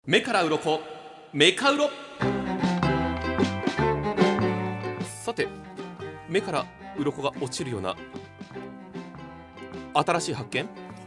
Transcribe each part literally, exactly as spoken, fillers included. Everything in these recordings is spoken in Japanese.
目から鱗メカウロ。さて、目から鱗が落ちるような新しい発見。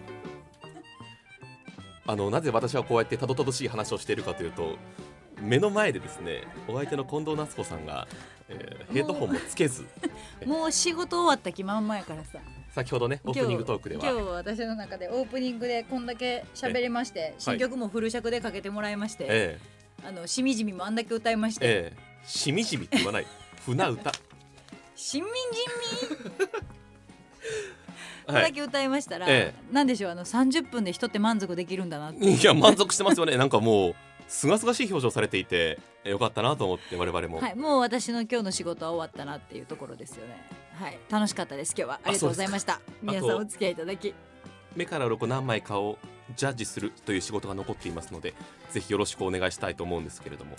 あのなぜ私はこうやってたどたどしい話をしているかというと、目の前でですね、お相手の近藤夏子さんが、えー、ヘッドホンもつけずもう仕事終わった気満々やからさ、 先ほどねオープニングトークでは今日私の中でオープニングでこんだけ喋りまして、新曲もフル尺でかけてもらいまして、 えー、あのしみじみもあんだけ歌いまして、 えー、しみじみって言わない船歌しみじみこれだけ歌いましたら、ええ、なんでしょう、あのさんじゅっぷんで人って満足できるんだなって。 いや満足してますよね。なんかもうすがすがしい表情されていてよかったなと思って、我々も、 はい、もう私の今日の仕事は終わったなっていうところですよね。はい、楽しかったです。今日はありがとうございました。皆さんお付き合いいただき、 目から鱗何枚かをジャッジするという仕事が残っていますので、ぜひよろしくお願いしたいと思うんですけれども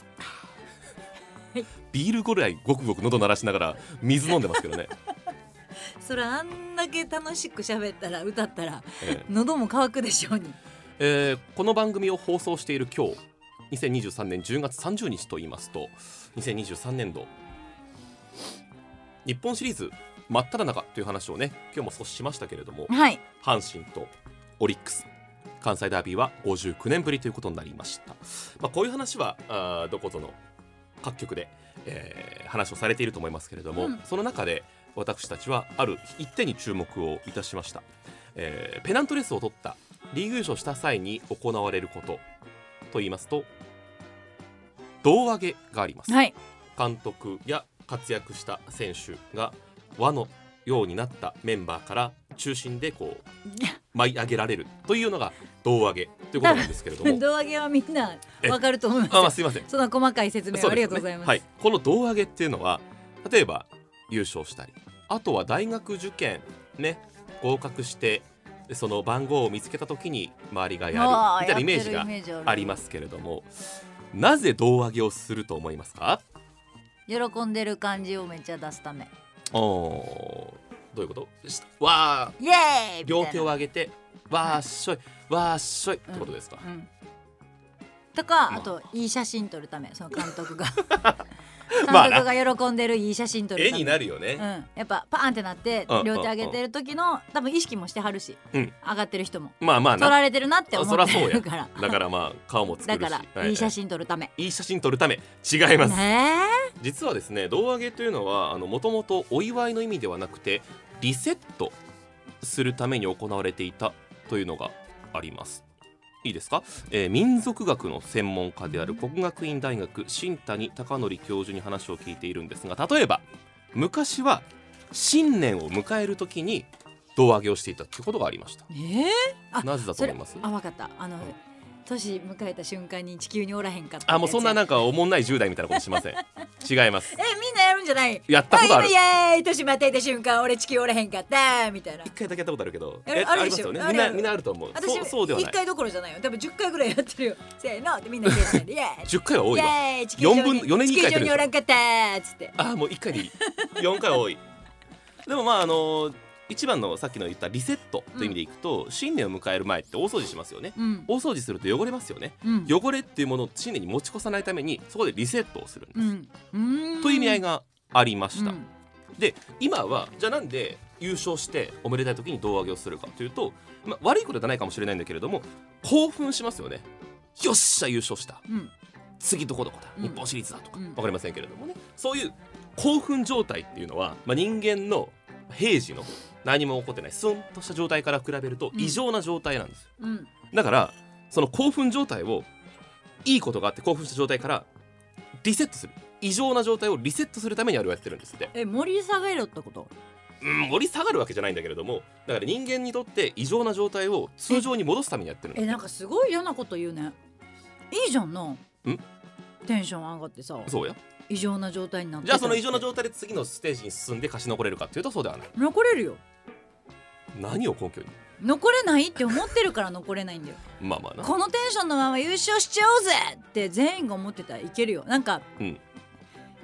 ビールぐらいごくごく喉鳴らしながら水飲んでますけどねそれあんだけ楽しく喋ったら歌ったら、ええ、喉も渇くでしょうに、 えー、この番組を放送している今日にせんにじゅうさんねんじゅうがつさんじゅうにちと言いますと、にせんにじゅうさんねんど日本シリーズ真っ只中という話をね、今日も少ししましたけれども、 はい、 阪神とオリックス関西ダービーはごじゅうきゅうねんぶりということになりました。まあ、こういう話はあどこぞの各局で、えー、話をされていると思いますけれども、うん、その中で私たちはある一点に注目をいたしました。えー、ペナントレースを取ったリーグ優勝した際に行われることと言いますと、胴上げがあります、 はい、 監督や活躍した選手が輪のようになったメンバーから中心でこう舞い上げられるというのが胴上げということなんですけれども胴上げはみんなわかると思います。 あ、まあ、すいません、 その細かい説明ありがとうございます。 はい、この胴上げっていうのは、例えば優勝したり、あとは大学受験ね、合格してその番号を見つけた時に周りがやるみたいなイメージがありますけれども、なぜ胴上げをすると思いますか？ 喜んでる感じをめっちゃ出すため。 おー、どういうこと？わー、 イエーイ、 両手を上げてわーっしょいわーっしょいってことですか？ うんうん、とか、あといい写真撮るため、その監督が監督が喜んでるいい写真撮るため、 絵になるよね、 うん、やっぱパーンってなって両手上げてる時の多分意識もしてはるし、うん、上がってる人も、 まあまあ撮られてるなって思ってるから、 だからまあ顔も作るし、 だからいい写真撮るため、 いい写真撮るため違います、 ね、 実はですね、胴上げというのはもともとお祝いの意味ではなくてリセットするために行われていたというのがあります。いいですか、えー、民族学の専門家である国学院大学新谷貴則教授に話を聞いているんですが、例えば昔は新年を迎えるときに胴上げをしていたということがありました。 えー、あ、 なぜだと思います？ あ、分かった。あの、うん、年迎えた瞬間に地球におらへんかった。 あ、もうそんななんかおもんないじゅう代みたいなことしません違います。 え、みんなやるんじゃない？ やったことある。 イエーイ、年またいた瞬間俺地球おらへんかったみたいな。 一回だけやったことあるけど、 え、あるでしょ、 ありますよね。みんなみんなあると思う。 私そうそうではない。 一回どころじゃないよ。多分じゅっかいぐらいやってるよ。せーのってみんな言ってる。イエーイ。 じゅっかいは多いわ。 よんぶんよねんにいっかいやってる。 地球上におらんかったーっつって。 あ、もういっかいでいい。よんかいは多い。でもまああのー。一番のさっきの言ったリセットという意味でいくと、うん、新年を迎える前って大掃除しますよね、うん、大掃除すると汚れますよね、うん、汚れっていうものを新年に持ち越さないためにそこでリセットをするんです、うん、という意味合いがありました、うん、で今はじゃあなんで優勝しておめでたい時に胴上げをするかというと、まあ、悪いことじゃないかもしれないんだけれども興奮しますよね。よっしゃ優勝した、うん、次どこどこだ、日本シリーズだとか、うん、分かりませんけれどもね、そういう興奮状態っていうのは、まあ、人間の平時の何も起こってないスンとした状態から比べると異常な状態なんですよ、うん、だからその興奮状態をいいことがあって興奮した状態からリセットする、異常な状態をリセットするためにあれをやってるんですって。 え、盛り下げろってこと？ うん、盛り下がるわけじゃないんだけれども、だから人間にとって異常な状態を通常に戻すためにやってるんです。 え、なんかすごい嫌なこと言うね。いいじゃんな。ん？テンション上がってさ。そうや。異常な状態になって、 じゃあその異常な状態で次のステージに進んで勝ち残れるかっていうとそうではない。 残れるよ。 何を根拠に？ 残れないって思ってるから残れないんだよまあまあな、 このテンションのまま優勝しちゃおうぜって全員が思ってたらいけるよ。なんか、うん、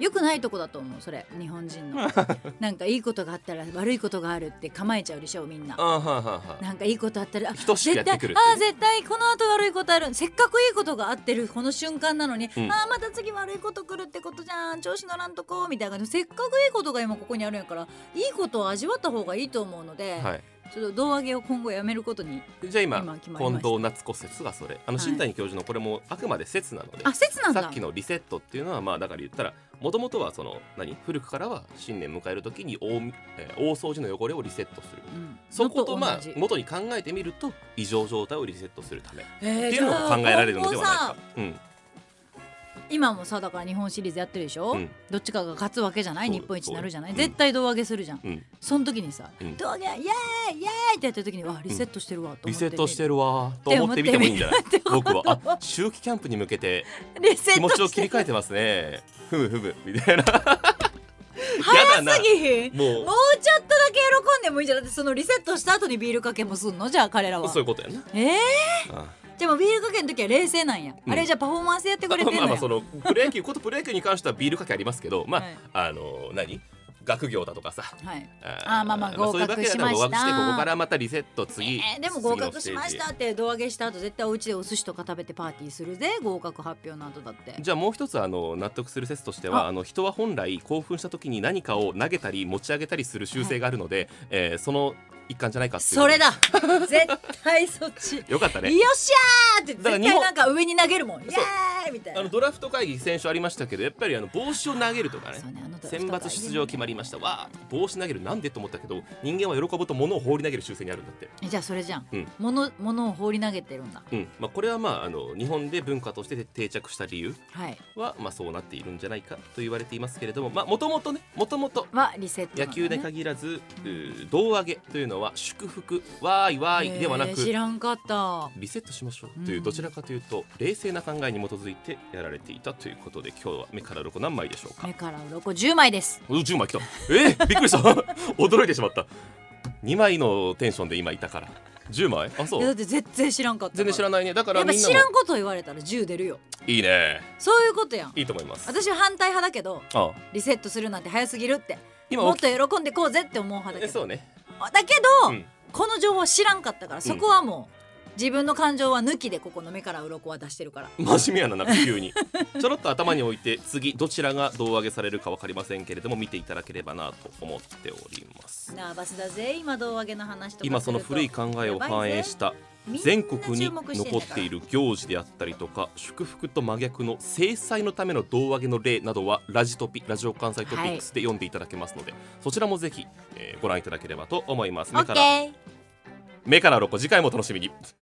よくないとこだと思うそれ日本人のなんかいいことがあったら悪いことがあるって構えちゃうでしょみんな。 あはははなんかいいことあったら等しくやってくるってね、 あ絶対この後悪いことあるせっかくいいことがあってるこの瞬間なのに、うん、あまた次悪いこと来るってことじゃん調子乗らんとこみたいな感じでせっかくいいことが今ここにあるんやからいいことを味わった方がいいと思うので、はい、ちょっと胴上げを今後やめることにじゃあ 今, 今近藤夏子説がそれあの新谷教授のこれもあくまで説なので、 あ説なんだ。 さっきのリセットっていうのはまあだから言ったらもともとはその何古くからは新年迎えるときに 大,、えー、大掃除の汚れをリセットする、うん、そことまあ元に考えてみると異常状態をリセットするため、えー、っていうのが考えられるのではないか。うん今もさだから日本シリーズやってるでしょ、うん、どっちかが勝つわけじゃない日本一になるじゃない、うん、絶対胴上げするじゃん、うん、その時にさ、うん、胴上げイエーイイエーイってやってる時にわリセットしてるわと思って、 リセットしてるわと思ってみてもいいんじゃない僕はあ秋季キャンプに向けて気持ちを切り替えてますねふむふむみたいな早すぎもうもうちょっとだけ喜んでもいいじゃん。だってそのリセットした後にビールかけもすんのじゃあ彼らは。 そういうことやな。 えー、ああでもビールかけの時は冷静なんや、うん、あれじゃパフォーマンスやってくれてんのや。 まあまあそのプロ野球ことプロ野球に関してはビールかけありますけどまあ、はい、あの何学業だとかさ、はい、 ああまあまあ合格しました、合格してここからまたリセット次、 えー、でも合格しましたって胴上げした後絶対お家でお寿司とか食べてパーティーするぜ合格発表の後だって。 じゃあもう一つあの納得する説としてはあの人は本来興奮した時に何かを投げたり持ち上げたりする習性があるので、はいえー、その一環じゃないかっていう。 それだ絶対そっちよかったねよっしゃーって絶対なんか上に投げるもんイエーイみたいな。 あのドラフト会議先週ありましたけどやっぱりあの帽子を投げるとかね選抜出場決まりましたわ帽子投げるなんでと思ったけど人間は喜ぶと物を放り投げる習性にあるんだって。 じゃあそれじゃん、うん、物, 物を放り投げてるんだ、 うんまあ、これはまああの日本で文化として定着した理由は、はいまあ、そうなっているんじゃないかと言われていますけれどももともとねもともと野球で限らず、うん、胴上げというのは祝福わーいわーいではなく知らんかったリセットしましょうという、うん、どちらかというと冷静な考えに基づいてやられていたということで今日は目から鱗何枚でしょうか。 目から鱗じゅうまいです。 じゅうまいきたえー、びっくりした驚いてしまったにまいのテンションで今いたからじゅうまいあそうだって絶対知らんかった全然知らないね。だからみんなも知らんこと言われたらじゅう出るよ。 いいねそういうことやん。 いいと思います。 私は反対派だけどああリセットするなんて早すぎるって今もっと喜んでこうぜって思う派だけどそうねだけど、うん、この情報知らんかったからそこはもう、うん自分の感情は抜きでここの目から鱗は出してるから。 真面目やななんか急にちょろっと頭に置いて次どちらが胴上げされるか分かりませんけれども見ていただければなと思っております。 ナーバスだぜ今胴上げの話とか今その古い考えを反映した全国に残っている行事であったりとか祝福と真逆の制裁のための胴上げの例などはラジトピラジオ関西トピックスで読んでいただけますので、はい、そちらもぜひ、えー、ご覧いただければと思います。目から目から鱗次回も楽しみに。